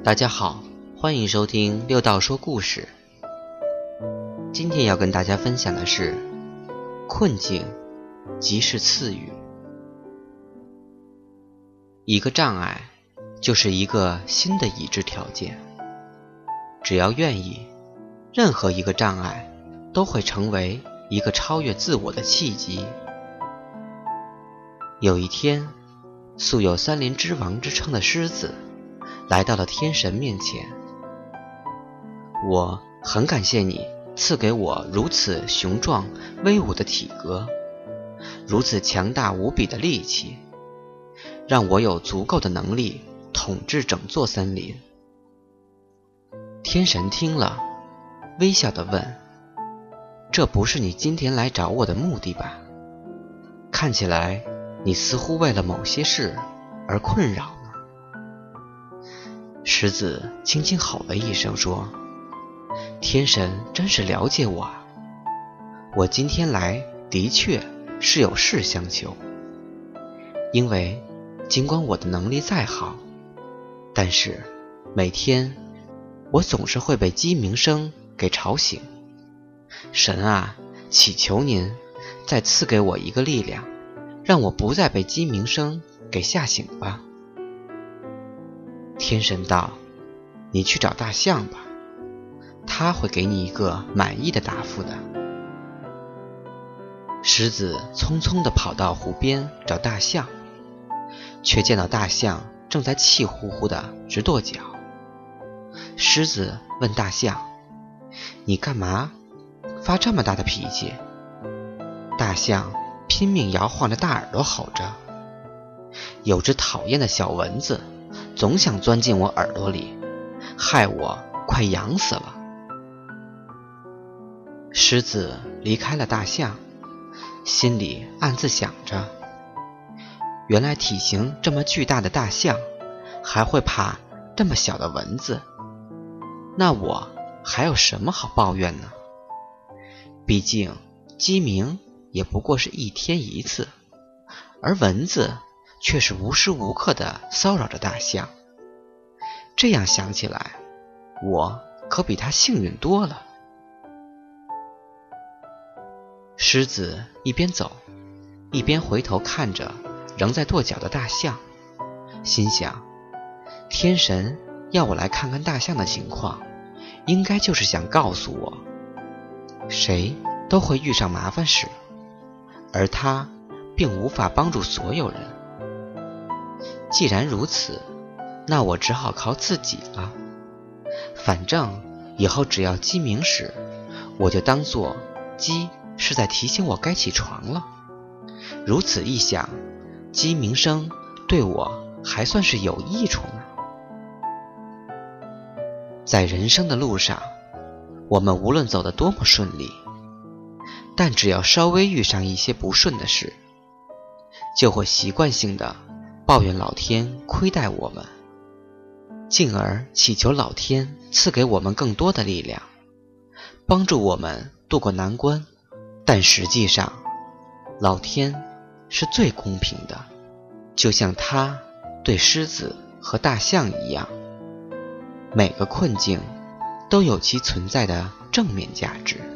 大家好，欢迎收听六道说故事。今天要跟大家分享的是困境即是赐予。一个障碍就是一个新的已知条件，只要愿意，任何一个障碍都会成为一个超越自我的契机。有一天，素有森林之王之称的狮子来到了天神面前。我很感谢你赐给我如此雄壮威武的体格，如此强大无比的力气，让我有足够的能力统治整座森林。天神听了，微笑地问：这不是你今天来找我的目的吧？看起来你似乎为了某些事而困扰呢。狮子轻轻吼了一声说：天神真是了解我啊，我今天来的确是有事相求。因为尽管我的能力再好，但是每天我总是会被鸡鸣声给吵醒。神啊，祈求您再赐给我一个力量，让我不再被鸡鸣声给吓醒吧。天神道：你去找大象吧，他会给你一个满意的答复的。狮子匆匆地跑到湖边找大象，却见到大象正在气呼呼地直跺脚。狮子问大象：你干嘛发这么大的脾气？大象拼命摇晃着大耳朵吼着：有只讨厌的小蚊子总想钻进我耳朵里，害我快痒死了。狮子离开了大象，心里暗自想着，原来体型这么巨大的大象还会怕这么小的蚊子，那我还有什么好抱怨呢？毕竟鸡鸣也不过是一天一次，而蚊子却是无时无刻地骚扰着大象。这样想起来，我可比他幸运多了。狮子一边走，一边回头看着仍在跺脚的大象，心想：天神要我来看看大象的情况，应该就是想告诉我，谁都会遇上麻烦事，而他并无法帮助所有人。既然如此，那我只好靠自己了。反正以后只要鸡鸣时，我就当作鸡是在提醒我该起床了。如此一想，鸡鸣声对我还算是有益处呢。在人生的路上，我们无论走得多么顺利，但只要稍微遇上一些不顺的事，就会习惯性的抱怨老天亏待我们，进而祈求老天赐给我们更多的力量，帮助我们渡过难关。但实际上，老天是最公平的，就像他对狮子和大象一样，每个困境都有其存在的正面价值。